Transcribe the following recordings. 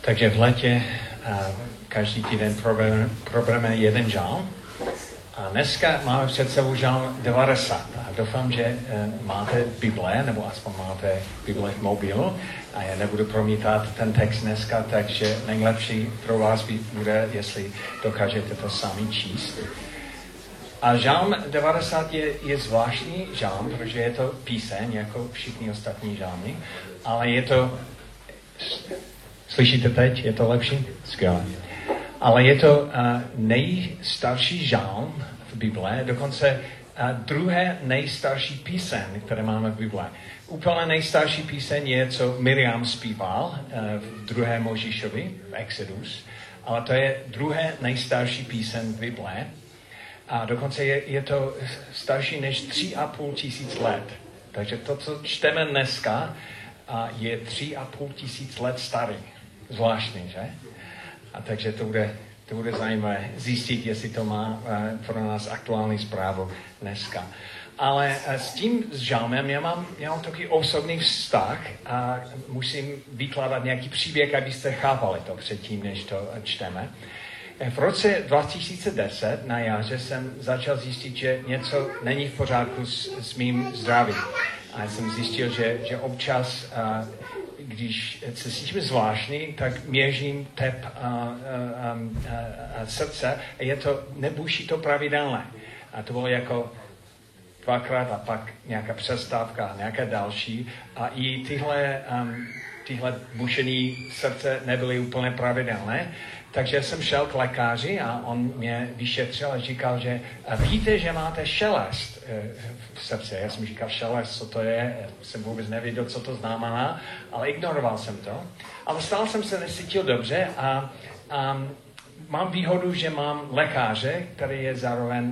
Takže v létě každý týden probereme jeden žálm. A dneska máme před sebou žálm 90. A doufám, že máte Bible, nebo aspoň máte Bible v mobilu. A já nebudu promítat ten text dneska, takže nejlepší pro vás bude, jestli dokážete to sami číst. A žálm 90 je zvláštní žálm, protože je to píseň, jako všichni ostatní žálmy, ale je to... Slyšíte teď? Je to lepší? Skvěle. Ale je to nejstarší žálm v Bible, dokonce druhé nejstarší píseň, které máme v Bible. Úplně nejstarší píseň je, co Miriam zpíval v 2. Mojžíšovi, v Exodus, ale to je druhé nejstarší píseň v Bible. A dokonce je to starší než 3,5 tisíc let. Takže to, co čteme dneska, je 3,5 tisíc let starý. Zvláštní, že? A takže to bude zajímavé zjistit, jestli to má pro nás aktuální zprávu dneska. Ale s tím žálmem já mám takový osobní vztah a musím vykládat nějaký příběh, abyste chápali to předtím, než to čteme. V roce 2010 na jaře jsem začal zjistit, že něco není v pořádku s mým zdravím. A jsem zjistil, že občas, když se cítím zvláštní, tak měřím tep srdce a nebuší to pravidelně. A to bylo jako 2krát a pak nějaká přestávka a nějaká další. A i tyhle bušený srdce nebyly úplně pravidelné. Takže jsem šel k lékaři a on mě vyšetřil a říkal, že víte, že máte šelest v srdci. Já jsem říkal, šelest, co to je? Jsem vůbec nevěděl, co to znamená, ale ignoroval jsem to. Ale stále jsem se necítil dobře a mám výhodu, že mám lékaře, který je zároveň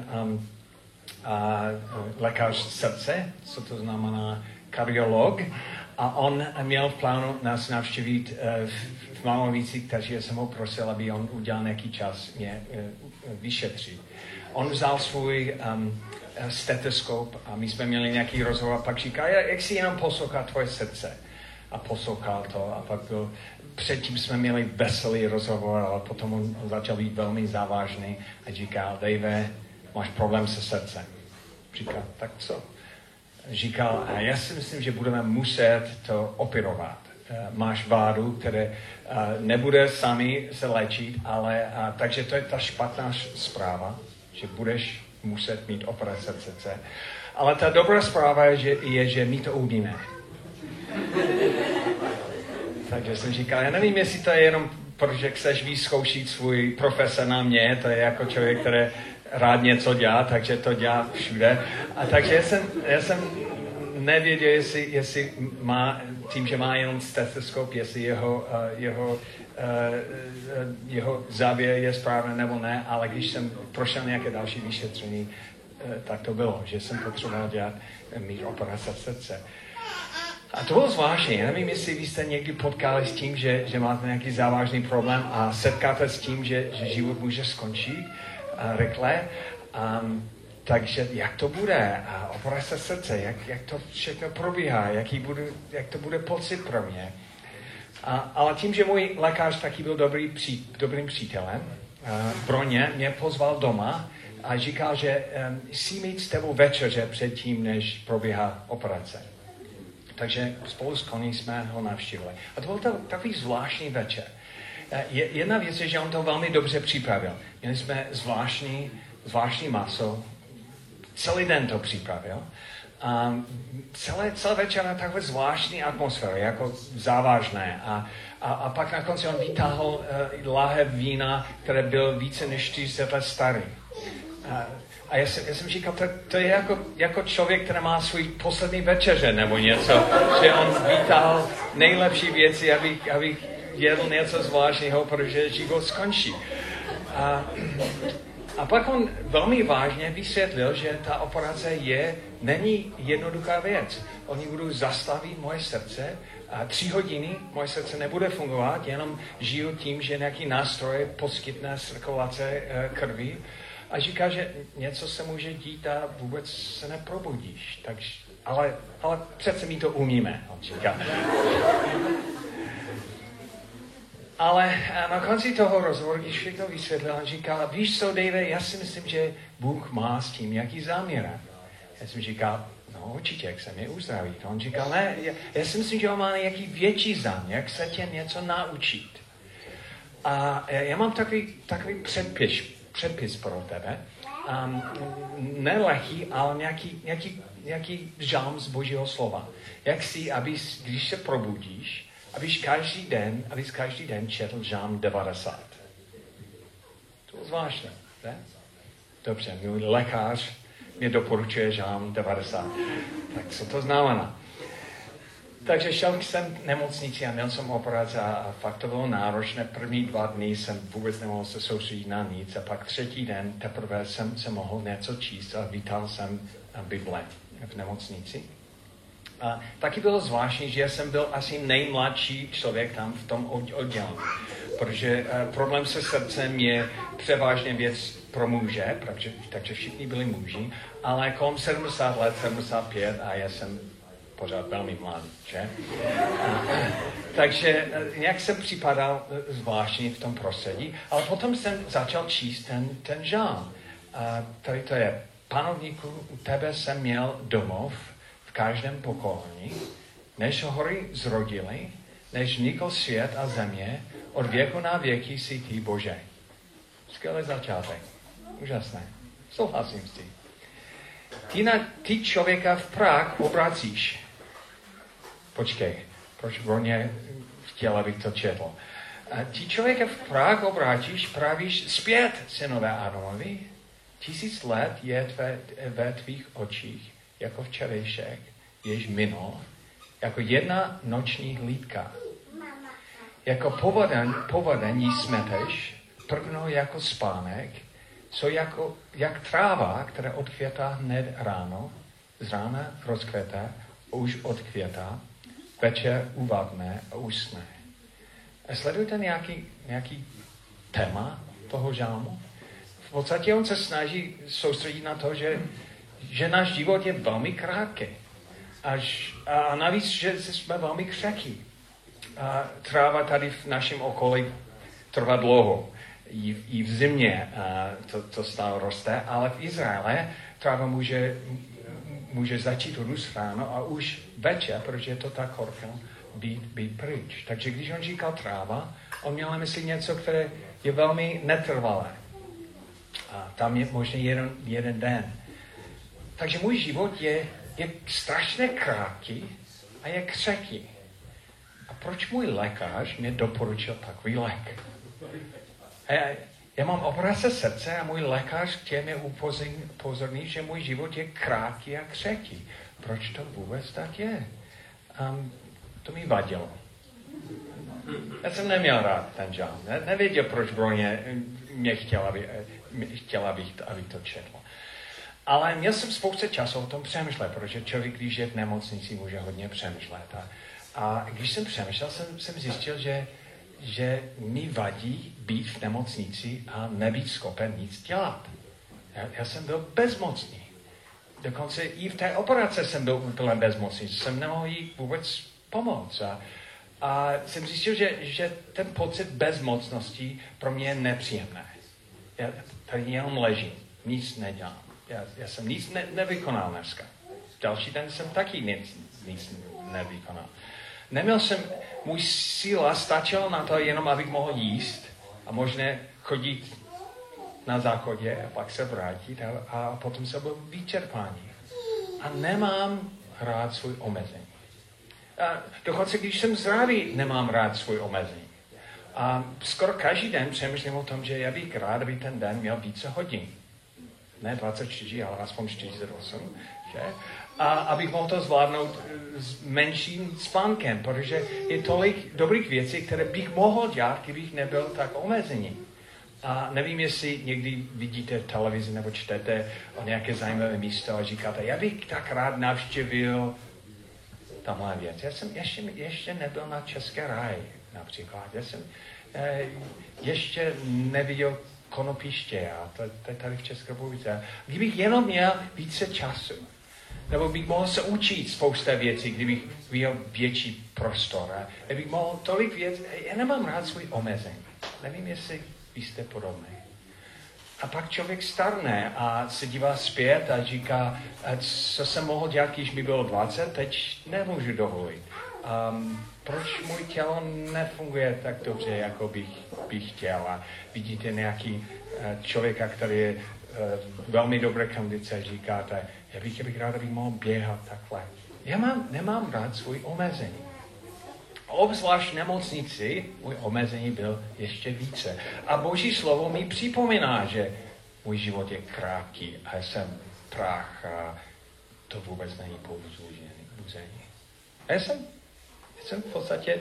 lékař srdce, co to znamená kardiolog. A on měl v plánu nás navštívit v Malovíci, takže jsem ho prosil, aby on udělal nějaký čas mě vyšetřit. On vzal svůj stetoskop a my jsme měli nějaký rozhovor a pak říkal, jak si jenom poslouchá tvoje srdce. A poslouchal to a pak předtím jsme měli veselý rozhovor, ale potom on začal být velmi závažný a říkal, Dave, máš problém se srdcem. Říkal, tak co? Říkal, a já si myslím, že budeme muset to operovat. Máš vádu, které nebude sami se léčit, ale takže to je ta špatná zpráva, že budeš muset mít operace srdce. Ale ta dobrá zpráva je, že my to umíme. Takže jsem říkal, já nevím, jestli to je jenom, protože chceš vyzkoušet svůj profesor na mě, to je jako člověk, který rád něco dělá, takže to dělá všude. A takže já jsem nevěděl, jestli má, tím, že má jenom stetoskop, jestli jeho závěr je správný nebo ne, ale když jsem prošel nějaké další vyšetření, tak to bylo, že jsem potřeboval mít operace srdce. A to bylo zvláštní. Já nevím, jestli vy jste někdy potkali s tím, že máte nějaký závažný problém a setkáte s tím, že život může skončit rychle. Takže jak to bude? Operace srdce, jak to všechno probíhá, jak to bude pocit pro mě. Ale tím, že můj lékař taky byl dobrým přítelem, pro mě pozval doma a říkal, že chci mít s tebou večeře předtím, než probíhá operace. Takže spolu s Koní jsme ho navštívili. A to byl takový zvláštní večer. Jedna věc je, že on to velmi dobře připravil. Měli jsme zvláštní maso, celý den to připravil. Celé večer na takové zvláštní atmosféry, jako závažné. A pak na konci on vytáhl láhev vína, které byl více než 40 let starý. A já jsem říkal, to je jako člověk, který má svůj poslední večeře nebo něco, že on vytáhl nejlepší věci, aby jedl něco zvláštního, protože život skončí. A pak on velmi vážně vysvětlil, že ta operace není jednoduchá věc. Oni budou zastavit moje srdce a 3 hodiny moje srdce nebude fungovat, jenom žiju tím, že nějaký nástroj poskytne cirkulace krvi. A říká, že něco se může dít a vůbec se neprobudíš. Ale přece my to umíme, on říká. Ale na konci toho rozhovoru, když všechno vysvětlil, on říkal, víš co, Dave, já si myslím, že Bůh má s tím nějaký záměr. Já jsem říkal, no určitě, jak se mě uzdraví. A on říkal, ne, já si myslím, že on má nějaký větší záměr, jak se tě něco naučit. A já mám takový předpis pro tebe. Nelehký, ale nějaký žálm z Božího slova. Jak si, když se probudíš, abys každý den četl žálm 90. To je zvláštní, ne? Dobře, můj lékař mě doporučuje žálm 90. Tak co to znamená? Takže šel jsem v nemocnici a měl jsem operaci a fakt to bylo náročné. První 2 dny jsem vůbec nemohl se soustředit na nic a pak 3. den teprve jsem se mohl něco číst a vítal jsem Bible v nemocnici. A taky bylo zvláštní, že jsem byl asi nejmladší člověk tam v tom oddělení, protože problém se srdcem je převážně věc pro muže, takže všichni byli muži, ale kolem 70 let, 75 a já jsem pořád velmi mladý, že? Takže nějak jsem připadal zvláštní v tom prostředí, ale potom jsem začal číst ten žálm. Tady to je, panovníku, u tebe jsem měl domov v každém pokolení, než hory zrodily, než vznikl svět a země, od věku na věky jsi ty Bože. Skvělý začátek. Úžasné. Souhlasím s tím. Ty člověka v prach obracíš. Počkej, proč Broně chtěla, abych to četl. Ty člověka v prach obrátíš, pravíš zpět, synové Ádamovi. 1000 let je ve tvých očích, jako včerejšek, jež minul, jako jedna noční hlídka. Jako povodeň jí smeteš, prvnou jako spánek, co jak tráva, která odkvětá hned ráno, z rána rozkvětá, už odkvětá, večer uvadne a usne. A sledujete nějaký téma toho žálmu? V podstatě on se snaží soustředit na to, že náš život je velmi krátký. A navíc, že jsme velmi křehkí. A tráva tady v našem okolí trvá dlouho. I v zimě to stále roste, ale v Izraele tráva může začít růst ráno a už večer, protože je to tak horké, být pryč. Takže když on říkal tráva, on měl na mysli něco, které je velmi netrvalé. A tam je možná jeden den. Takže můj život je strašně krátký a je křehký. A proč můj lékař mě doporučil takový lék? Já mám operace srdce a můj lékař chtěl mě upozornit, že můj život je krátký a křehký. Proč to vůbec tak je? To mi vadilo. Já jsem neměl rád ten žálm. Nevěděl, proč Broně mě chtěla, abych to četl. Ale měl jsem spoustu času o tom přemýšlet, protože člověk, když je v nemocnici, může hodně přemýšlet. A když jsem přemýšlel, jsem zjistil, že mi vadí být v nemocnici a nebýt schopen nic dělat. Já jsem byl bezmocný. Dokonce i v té operace jsem byl úplně bezmocný. Jsem nemohl jí vůbec pomoct. A jsem zjistil, že ten pocit bezmocnosti pro mě je nepříjemný. Já tady jenom ležím, nic nedělám. Já jsem nic nevykonal dneska. Další den jsem taky nic nevykonal. Neměl jsem, můj síla stačila na to jenom, abych mohl jíst a možná chodit na záchodě a pak se vrátit a potom se byl vyčerpání. A nemám rád svůj omezení. A dokonce, když jsem zdravý, nemám rád svůj omezení. A skoro každý den přemýšlím o tom, že já bych rád, aby ten den měl více hodin. Ne 24, ale aspoň 48, že? A abych mohl to zvládnout s menším spánkem, protože je tolik dobrých věcí, které bych mohl dělat, kdybych nebyl tak omezený. A nevím, jestli někdy vidíte televizi nebo čtete o nějaké zajímavé místo a říkáte, já bych tak rád navštívil tamhle věc. Já jsem ještě nebyl na České ráji, například. Já jsem ještě neviděl Konopiště, a to je tady v České republice. Kdybych jenom měl více času. Nebo bych mohl se učit spousta věcí, kdybych měl větší prostor. A bych mohl tolik věcí. Já nemám rád svůj omezení. Nevím, jestli vy jste podobný. A pak člověk starne a se dívá zpět a říká, co jsem mohl dělat, když mi bylo 20, teď nemůžu dovolit. Proč můj tělo nefunguje tak dobře, jako bych chtěl. A vidíte nějaký člověka, který je velmi dobré kondice, říkáte, já bych rád, abych mohl běhat takhle. Nemám rád svůj omezení. Obzvlášť v nemocnici můj omezení byl ještě více. A Boží slovo mi připomíná, že můj život je krátký a jsem prach a to vůbec není povzbuzení. A já jsem v podstatě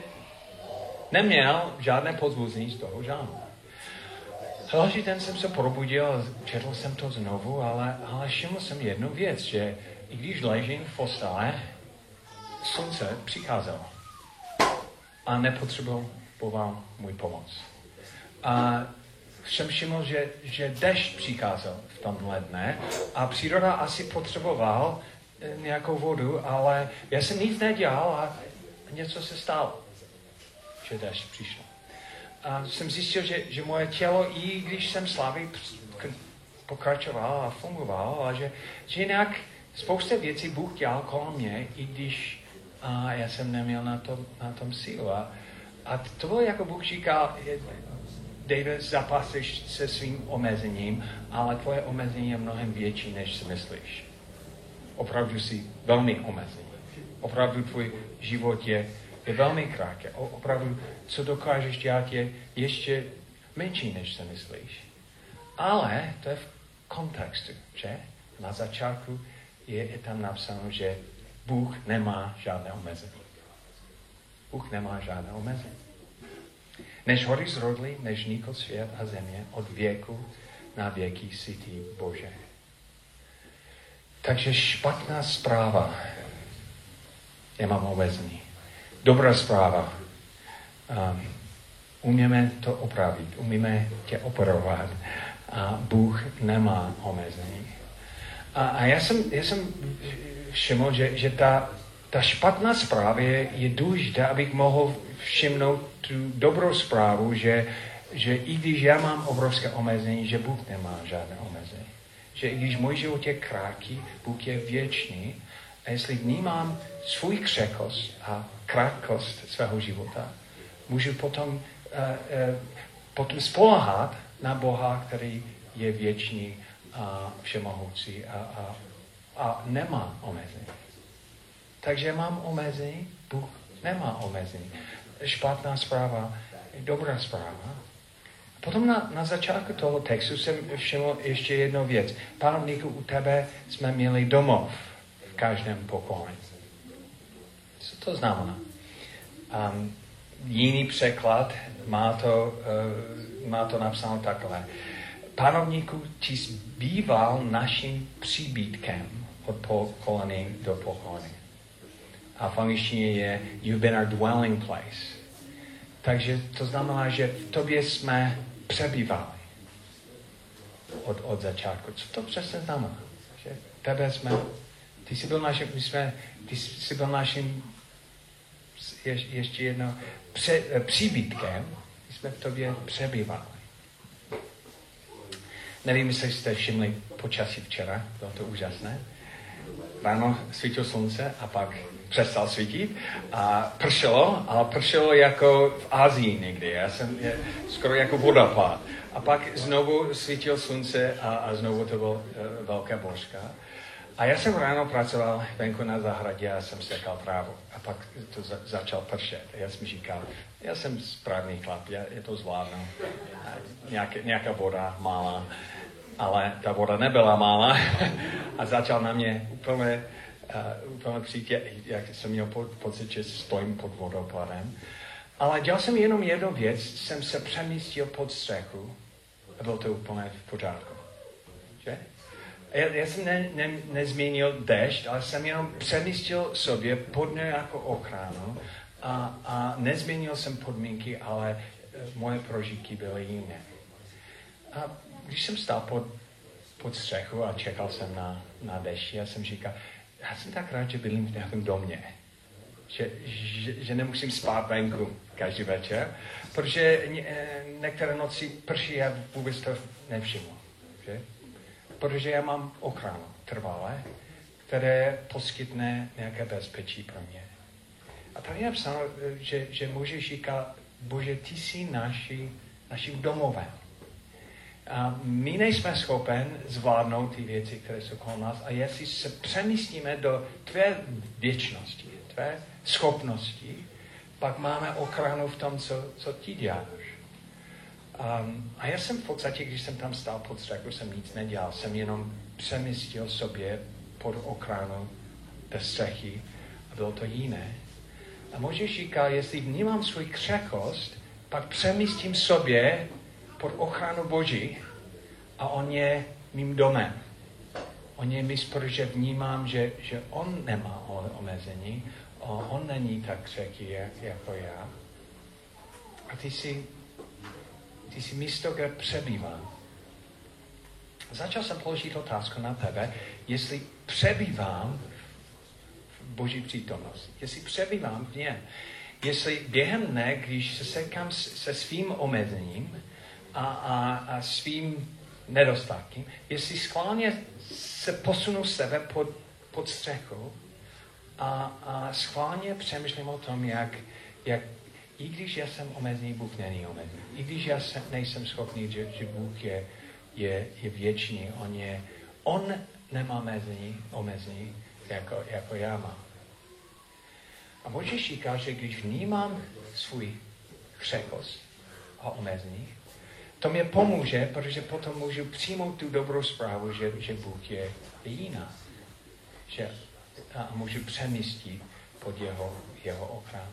neměl žádné povzbuzení z toho žádnou. Další den jsem se probudil a četl jsem to znovu, ale všiml jsem jednu věc, že i když ležím v postele, slunce přicházelo a nepotřeboval můj pomoc. A jsem všiml, že dešť přicházel v tomhle dne a příroda asi potřeboval nějakou vodu, ale já jsem nic nedělal a něco se stalo, že dešť přišel. A jsem zjistil, že moje tělo, i když jsem slabý, pokračoval a fungoval, a že jinak spousta věcí Bůh dělal kolem mě, i když já jsem neměl na tom sílu. A to bylo jako Bůh říkal, David, zapasíš se svým omezením, ale tvoje omezení je mnohem větší, než si myslíš. Opravdu jsi velmi omezený. Opravdu tvůj život je velmi krátký. Opravdu, co dokážeš dělat, je ještě menší, než si myslíš. Ale to je v kontextu, že? Na začátku je tam napsáno, že Bůh nemá žádné omezení. Bůh nemá žádné omezení. Než hory zrodly, než vznikl svět a země, od věku na věky si ty Bože. Takže špatná zpráva. Nemám omezení. Dobrá zpráva. Umíme to opravit, umíme tě operovat a Bůh nemá omezení. A já jsem všiml, že ta špatná zpráva je důležitá, abych mohl všimnout tu dobrou zprávu, že i když já mám obrovské omezení, že Bůh nemá žádné omezení. Že i když můj život je krátký, Bůh je věčný a jestli vnímám svůj křehkost a krátkost svého života, můžu potom spoléhat na Boha, který je věčný a všemohoucí a nemá omezení. Takže mám omezení, Bůh nemá omezení. Špatná zpráva je dobrá zpráva. Potom na začátku toho textu jsem všiml ještě jednu věc. Panovníku, u tebe jsme měli domov v každém pokoji. Co to znamená? Jiný překlad má to napsáno takhle. Panovníku, ty jsi býval naším příbytkem od pokolení do pokolení. A v angličtině je you've been our dwelling place. Takže to znamená, že v tobě jsme přebývali od začátku. Co to přesně znamená? Že ty jsi byl naším ještě jednou příbytkem, my jsme v tobě přebývali. Nevím, jestli jste všimli počasí včera, bylo to úžasné. Ráno svítilo slunce a pak přestal svítit a pršelo jako v Asii někdy. Skoro jako vodopád. A pak znovu svítilo slunce a znovu to byl velká bouřka. A já jsem ráno pracoval venku na zahradě a jsem sekal trávu. A pak to začal pršet. A já jsem říkal, já jsem správný chlap, já to zvládnu. Nějaká voda malá. Ale ta voda nebyla malá. A začal na mě úplně přijít, jak jsem měl pocit, že stojím pod vodopádem. Ale dělal jsem jenom jednu věc, jsem se přemístil pod střechu a bylo to úplně v pořádku. Že? Já jsem nezměnil déšť, ale jsem jenom přemístil sobě pod nějakou ochranu a nezměnil jsem podmínky, ale moje prožitky byly jiné. A když jsem stál pod střechu a čekal jsem na dešti, já jsem říkal, já jsem tak rád, že bydlím v nějakém domě. Že nemusím spát venku každý večer, protože některé noci prší a vůbec to nevšimnu. Že? Protože já mám ochranu trvalé, které poskytne nějaké bezpečí pro mě. A tady je napsáno, že Mojžíš říká, Bože, ty jsi naším domovem. A my nejsme schopen zvládnout ty věci, které jsou kolem nás. A jestli se přemístíme do tvé věčnosti, tvé schopnosti, pak máme ochranu v tom, co ty děláš. A já jsem v podstatě, když jsem tam stál pod střechou, jsem nic nedělal. Jsem jenom přemístil sobě pod ochranu té střechy a bylo to jiné. A Mojžíš říkal, jestli vnímám svou křehkost, pak přemístím sobě pod ochranu Boží a on je mým domem. On je míst, protože vnímám, že on nemá omezení, on není tak křehký jako já. A ty jsi místo, kde přebývám. Začal jsem položit otázku na tebe, jestli přebývám v Boží přítomnosti, jestli přebývám v něm. Jestli během dne, když se setkám se svým omezením a svým nedostatkem, jestli schválně se posunu sebe pod střechu a schválně přemýšlím o tom, jak i když já jsem omezený, Bůh není omezený. I když já nejsem schopný, že Bůh je věčný, on nemá omezení jako já mám. A Mojžíš říká, že když vnímám svůj křehkost a omezení, to mě pomůže, protože potom můžu přijmout tu dobrou zprávu, že Bůh je jiná. A můžu přemístit pod jeho ochranu.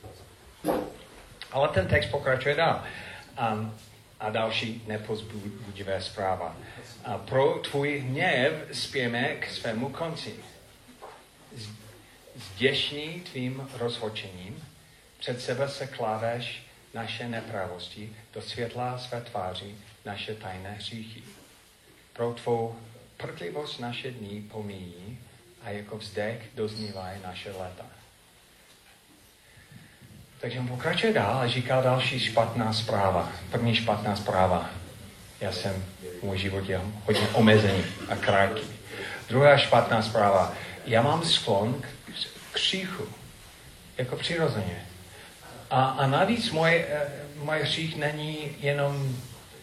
Ale ten text pokračuje dál. A další nepozbudivé zpráva. A pro tvůj hněv spějeme k svému konci. Zděšný tvým rozhočením, před sebe se kládeš naše nepravosti, do světla své tváři naše tajné hříchy. Pro tvou prtlivost naše dny pomíjí a jako vzdech doznívají naše léta. Takže on pokračuje dál a říká další špatná zpráva. První špatná zpráva. Já jsem v můj životě hodně omezený a krátký. Druhá špatná zpráva. Já mám sklon k hříchu. Jako přirozeně. A navíc moje hřích není jenom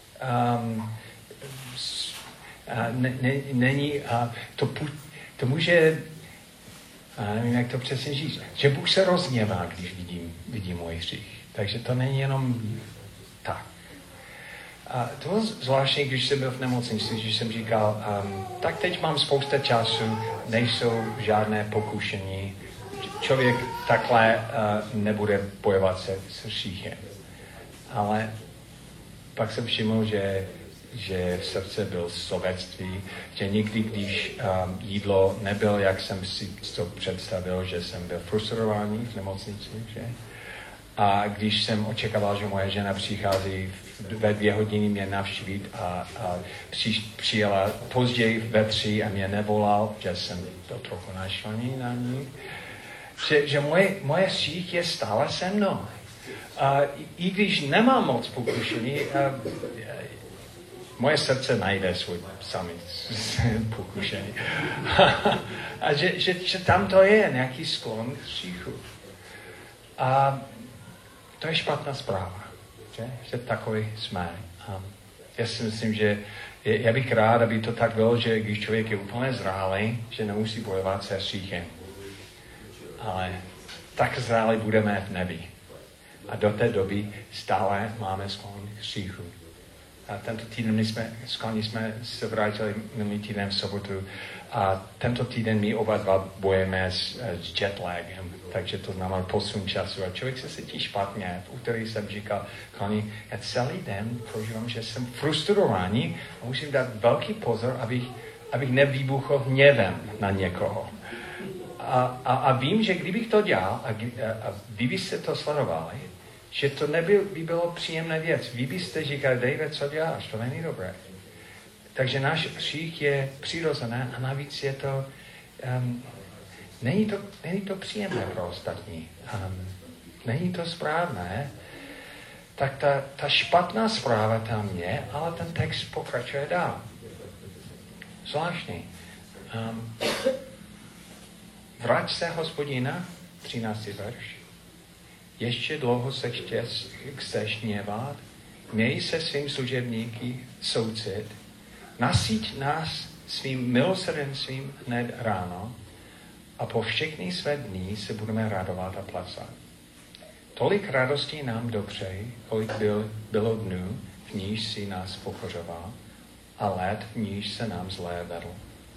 to může nevím, jak to přesně říct, že Bůh se rozněvá, když vidí můj hřích. Takže to není jenom tak. A to bylo zvláštní, když jsem byl v nemocnici, že jsem říkal, tak teď mám spousta času, nejsou žádné pokušení. Člověk takhle nebude bojovat se hříchem. Ale pak jsem všiml, že v srdce byl sobectví, že nikdy, když jídlo nebylo, jak jsem si to představil, že jsem byl frustrovaný v nemocnici, že? A když jsem očekával, že moje žena přichází ve 2 hodiny mě navštívit a přijela později ve 3 a mě nevolal, že jsem byl trochu naštvaný na ní, že moje hřích je stále se mnou. I když nemám moc pokušení, moje srdce najde svůj samý pokušení. A že tam to je nějaký sklon k hříchu. A to je špatná zpráva. Že takový jsme. Já si myslím, že já bych rád, aby to tak bylo, že když člověk je úplně zrálý, že nemusí bojovat se hříchem. Ale tak zrálí budeme v nebi. A do té doby stále máme sklon k hříchu. A tento týden jsme se vrátili minulý týden v sobotu a tento týden my oba dva bojujeme s jetlagem, takže to znamená posun času a člověk se cítí špatně. V úterý jsem říkal, Connie, já celý den prožívám, že jsem frustrovaný a musím dát velký pozor, abych nevybuchl hněvem na někoho. A vím, že kdybych to dělal a vy byste to sledovali, že to by bylo příjemná věc. Vy byste říkali, David, co děláš? To není dobré. Takže náš hřích je přirozené a navíc je to není to příjemné pro ostatní. Není to správné. Tak ta špatná zpráva tam je, ale ten text pokračuje dál. Zvláštní. Vrať se, Hospodina, 13. verš. Ještě dlouho se chceš hněvat, měj se svým služebníky soucit, nasýť nás svým milosrdenstvím hned ráno a po všechny své dny se budeme radovat a plesat. Tolik radostí nám dopřej, kolik bylo dnů, v níž si nás pokořoval, a let, v níž se nám zlé vedl.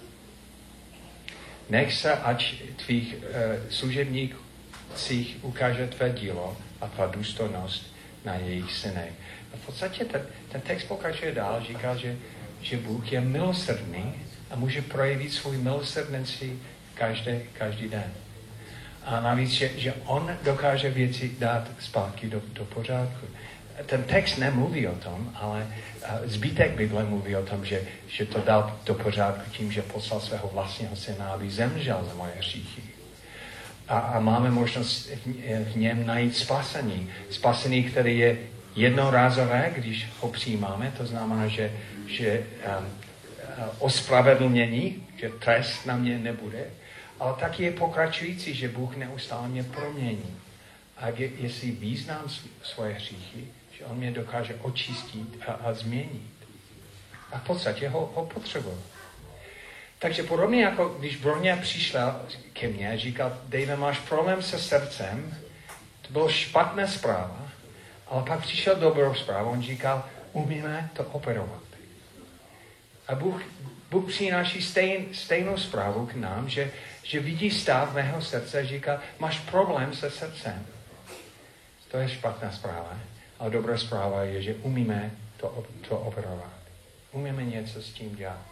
Nech se, ať tvých služebnících ukáže tvé dílo a tvá důstojnost na jejich synech. A v podstatě ten text pokračuje dál, říká, že Bůh je milosrdný a může projevit svůj milosrdenství každý den. A navíc, že on dokáže věci dát zpátky do pořádku. Ten text nemluví o tom, ale zbytek Bible mluví o tom, že to dal do pořádku tím, že poslal svého vlastního syna, aby zemřel za moje hříchy. A máme možnost v něm najít spasení. Spasení, které je jednorázové, když ho přijímáme, to znamená, že ospravedlnění, že trest na mě nebude, ale taky je pokračující, že Bůh neustále mě promění. A jestli význám svoje hříchy, že on mě dokáže očistit a změnit. A v podstatě ho potřebuji. Takže podobně jako když Broňa přišel ke mně a říkal, Dave, máš problém se srdcem, to bylo špatná zpráva, ale pak přišel dobrou zprávu, on říkal, umíme to operovat. A Bůh přináší stejnou zprávu k nám, že vidí stav mého srdce a říká, máš problém se srdcem. To je špatná zpráva. Ale dobrá zpráva je, že umíme to operovat. Umíme něco s tím dělat.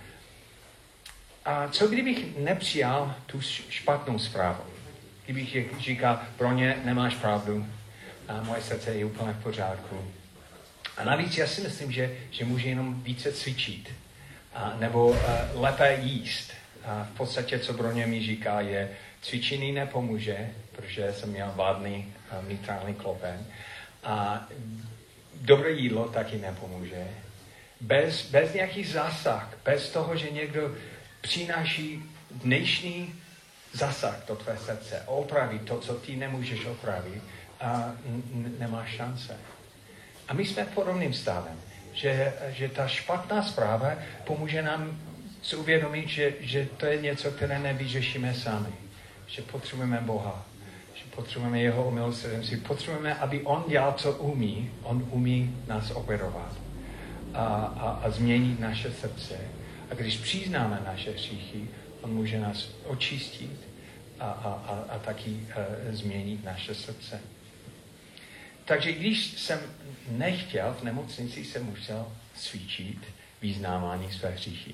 A co kdybych nepřijal tu špatnou zprávu? Kdybych říkal, Broně, nemáš pravdu, a moje srdce je úplně v pořádku. A navíc já si myslím, že může jenom více cvičit. Nebo lépe jíst. A v podstatě, co Broně mi říká, je, cvičení nepomůže, protože jsem měl vádný mitrální klopen. A dobré jídlo taky nepomůže. Bez nějakých zásah, bez toho, že někdo přináší dnešní zásah do tvé srdce, opraví to, co ty nemůžeš opravit, a nemáš šance. A my jsme podobným stavem, že ta špatná zpráva pomůže nám si uvědomit, že to je něco, které nevyřešíme sami. Že potřebujeme Boha, že potřebujeme jeho milosrdenství, potřebujeme, aby on dělal, co umí. On umí nás operovat a změnit naše srdce. A když přiznáme naše hříchy, on může nás očistit a taky změnit naše srdce. Takže když jsem nechtěl, v nemocnici jsem musel cvičit vyznávání své hříchy.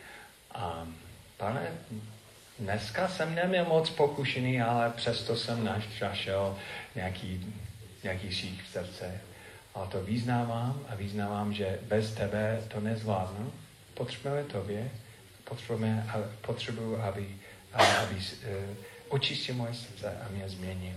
Pane, dneska jsem neměl moc pokušený, ale přesto jsem našel nějaký hřích v srdce. Ale to vyznávám, že bez tebe to nezvládnu. Potřebujeme tobě, potřebuji, aby očistil moje srdce a mě změnil.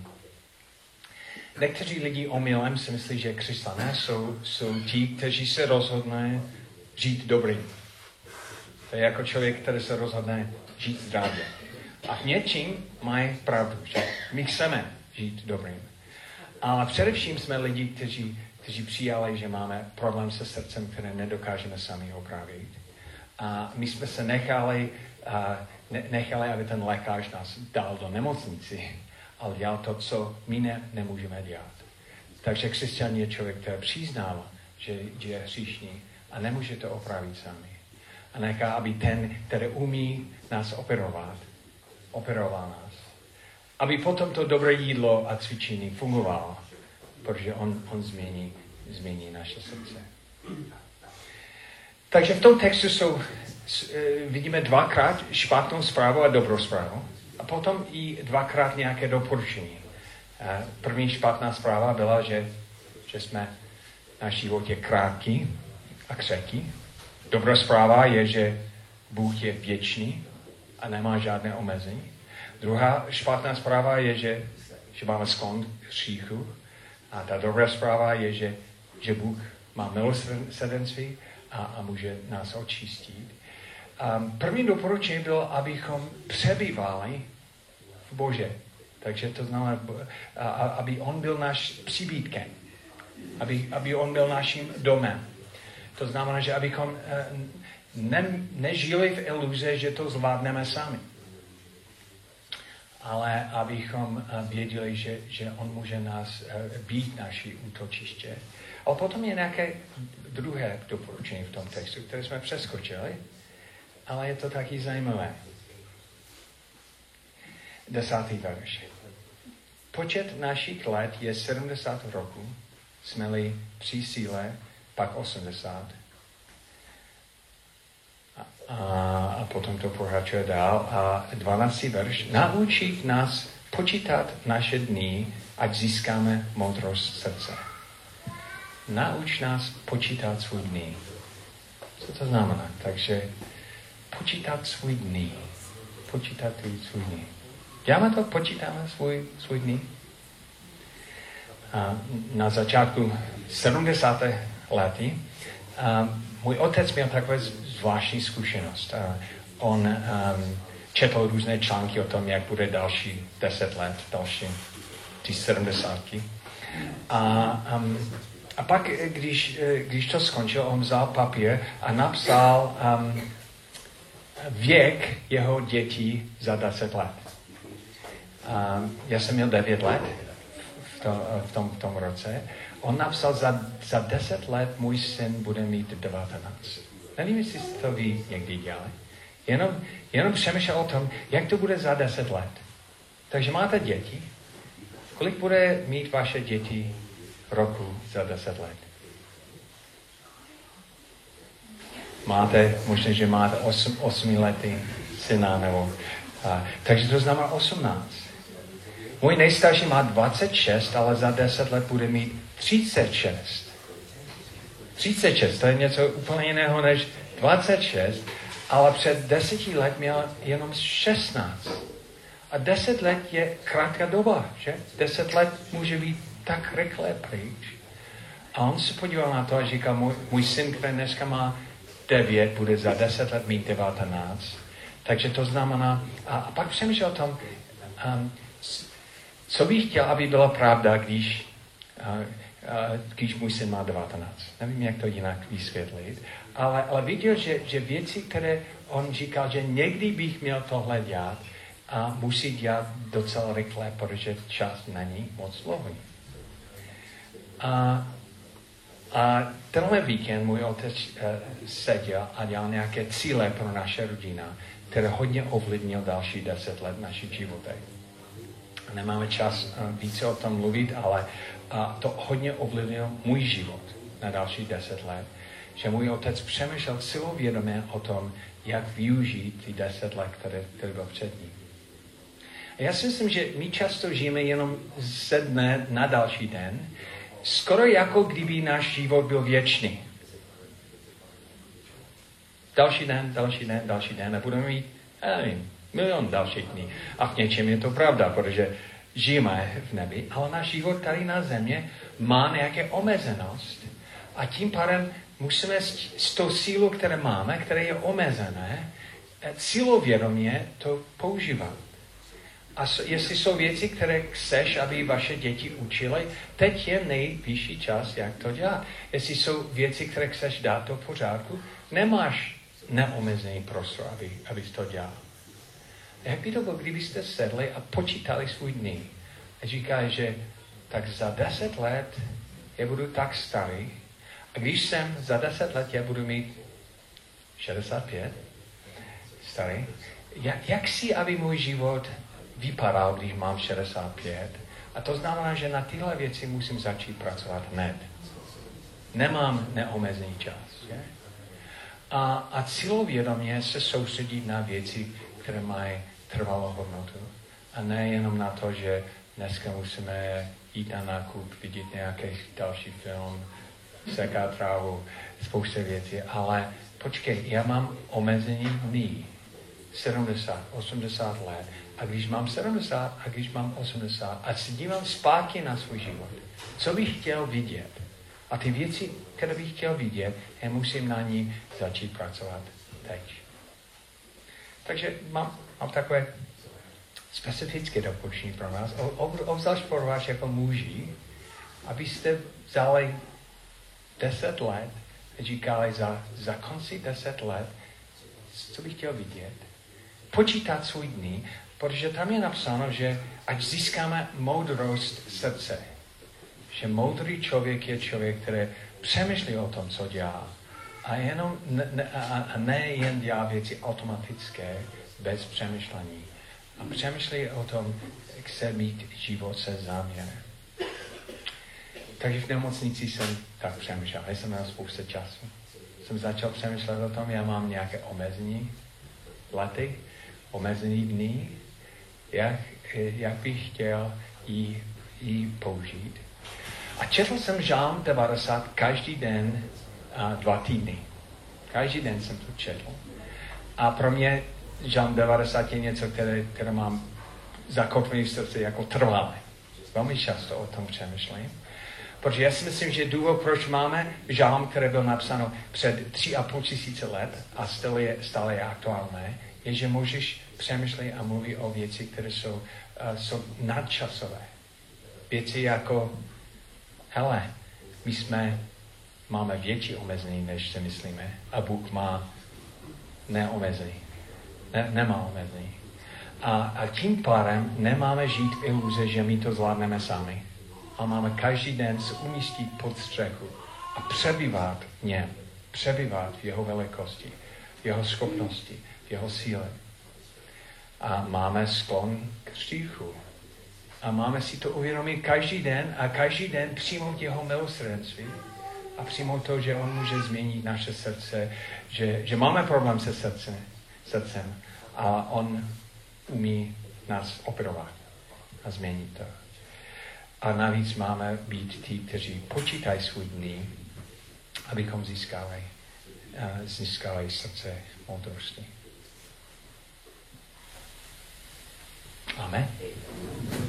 Někteří lidi omylem si myslí, že křesťané jsou ti, kteří se rozhodne žít dobrým. To je jako člověk, který se rozhodne žít zdravě. A v něčím mají pravdu, že my chceme žít dobrým. Ale především jsme lidi, kteří přijali, že máme problém se srdcem, který nedokážeme sami opravit. A my jsme se nechali, aby ten lékař nás dal do nemocnici, ale dělal to, co my nemůžeme dělat. Takže křesťan je člověk, který přiznává, že je hříšný a nemůže to opravit sami. A nechá, aby ten, který umí nás operoval nás. Aby potom to dobré jídlo a cvičení fungovalo, protože on změní naše srdce. Takže v tom textu vidíme dvakrát špatnou zprávu a dobrou zprávu. A potom i dvakrát nějaké doporučení. První špatná zpráva byla, že jsme náš život je krátký a křehký. Dobrá zpráva je, že Bůh je věčný a nemá žádné omezení. Druhá špatná zpráva je, že máme sklon hříchu. A ta dobrá zpráva je, že Bůh má milosrdenství a může nás očistit. První doporučení bylo, abychom přebývali v Bože. Takže to znamená, aby on byl náš příbytkem. Aby on byl naším domem. To znamená, že abychom nežili v iluze, že to zvládneme sami. Ale abychom věděli, že on může nás být naší útočiště. Ale potom je nějaké druhé doporučení v tom textu, které jsme přeskočili, ale je to taky zajímavé. 10. verš. Počet našich let je 70 roků, jsme-li při síle, pak 80. A potom to pokračuje dál. A 12. verš. Naučit nás počítat naše dny, ať získáme moudrost srdce. Nauč nás počítat svůj dny. Co to znamená? Takže počítat svůj dny. Počítat svůj dny. Děláme to? Počítáme svůj dny? A na začátku 70. lety můj otec měl takové zvláštní zkušenost. On četl různé články o tom, jak bude další 10 let, další ty 70. A pak, když to skončil, on vzal papír a napsal věk jeho dětí za 10 let. Já jsem měl 9 let v tom roce. On napsal, za 10 let můj syn bude mít 19. Nevím, jestli jste to vy někdy dělali. Jenom přemýšlel o tom, jak to bude za 10 let. Takže máte děti. Kolik bude mít vaše děti roku za 10 let? Možná, že máte 8letý syna, takže to znamená 18. Můj nejstarší má 26, ale za 10 let bude mít 36. 36, to je něco úplně jiného než 26, ale před 10 let měl jenom 16. A 10 let je krátká doba, že? 10 let může být tak rychle pryč. A on se podíval na to a říkal, můj syn, který dneska má 9, bude za 10 let mít 19. Takže to znamená, a pak přemýšlel o tom, co bych chtěl, aby byla pravda, když můj syn má 19. Nevím, jak to jinak vysvětlit, ale viděl, že věci, které on říkal, že někdy bych měl tohle dělat a musí dělat docela rychle, protože čas není moc dlouhý. A tenhle víkend můj otec seděl a dělal nějaké cíle pro naše rodina, které hodně ovlivnil další 10 let našich životech. Nemáme čas více o tom mluvit, ale to hodně ovlivnilo můj život na další 10 let. Že můj otec přemýšlel celovědomě o tom, jak využít ty 10 let, které bylo před ním. A já si myslím, že my často žijeme jenom ze dne na další den, skoro jako kdyby náš život byl věčný. Další den a budeme mít, milion dalších dní. A v něčem je to pravda, protože žijeme v nebi, ale náš život tady na země má nějaké omezenost a tím pádem musíme s tou sílou, které máme, které je omezené, cílovědomě to používat. A jestli jsou věci, které chceš, aby vaše děti učily, teď je nejvyšší čas, jak to dělat. Jestli jsou věci, které chceš dát do pořádku, nemáš neomezený prostor, abys to dělal. Jak by to bylo, kdybyste sedli a počítali svůj dny a říkali, že tak za 10 let já budu tak starý a když jsem za 10 let já budu mít 65 starý, jak si, aby můj život vypadal, když mám 65? A to znamená, že na tyhle věci musím začít pracovat hned. Nemám neomezený čas. Je? A cílovědomě se soustředit na věci, které mají trvalou hodnotu. A ne jenom na to, že dneska musíme jít na nákup, vidět nějaký další film, sekat trávu, spousta věcí. Ale počkej, já mám omezení dní. 70, 80 let. A když mám 70 a když mám 80 a se dívám zpátky na svůj život, co bych chtěl vidět? A ty věci, které bych chtěl vidět, já musím na ní začít pracovat teď. Takže mám takové specifické doporučení pro vás, obzvlášť pro vás jako muži, abyste vzali 10 let, říkali za konci 10 let, co bych chtěl vidět, počítat svůj dny, protože tam je napsáno, že ať získáme moudrost srdce. Že moudrý člověk je člověk, který přemýšlí o tom, co dělá. A ne jen dělá věci automatické, bez přemýšlení. A přemýšlí o tom, jak chce mít život se záměrem. Takže v nemocnici jsem tak přemýšlel. Já jsem měl spoustu času. Jsem začal přemýšlet o tom, já mám nějaké omezení lety, omezení dny, jak bych chtěl ji použít. A četl jsem Žálm 90 každý den 2 týdny. Každý den jsem to četl. A pro mě Žálm 90 je něco, které mám zakotvené v srdci jako trvalé. Velmi často o tom přemýšlím. Protože já si myslím, že důvod, proč máme žálm, který byl napsán před 3,5 tisíce let a stále je aktuálné, je, že můžeš přemýšlet a mluvit o věci, které jsou nadčasové. Věci jako, hele, máme větší omezení, než si myslíme, a Bůh má neomezení. Nemá omezení. A tím pádem nemáme žít v iluze, že my to zvládneme sami. A máme každý den se umístit pod střechu a přebývat v něm. Přebývat v jeho velikosti, v jeho schopnosti, v jeho síle. A máme sklon k hříchu. A máme si to uvědomit každý den a každý den přijmout jeho milosrdenství a přijmout to, že on může změnit naše srdce, že máme problém se srdcem a on umí nás operovat a změnit to. A navíc máme být ti, kteří počítají svůj dny, abychom získali srdce moudrosti. Amen.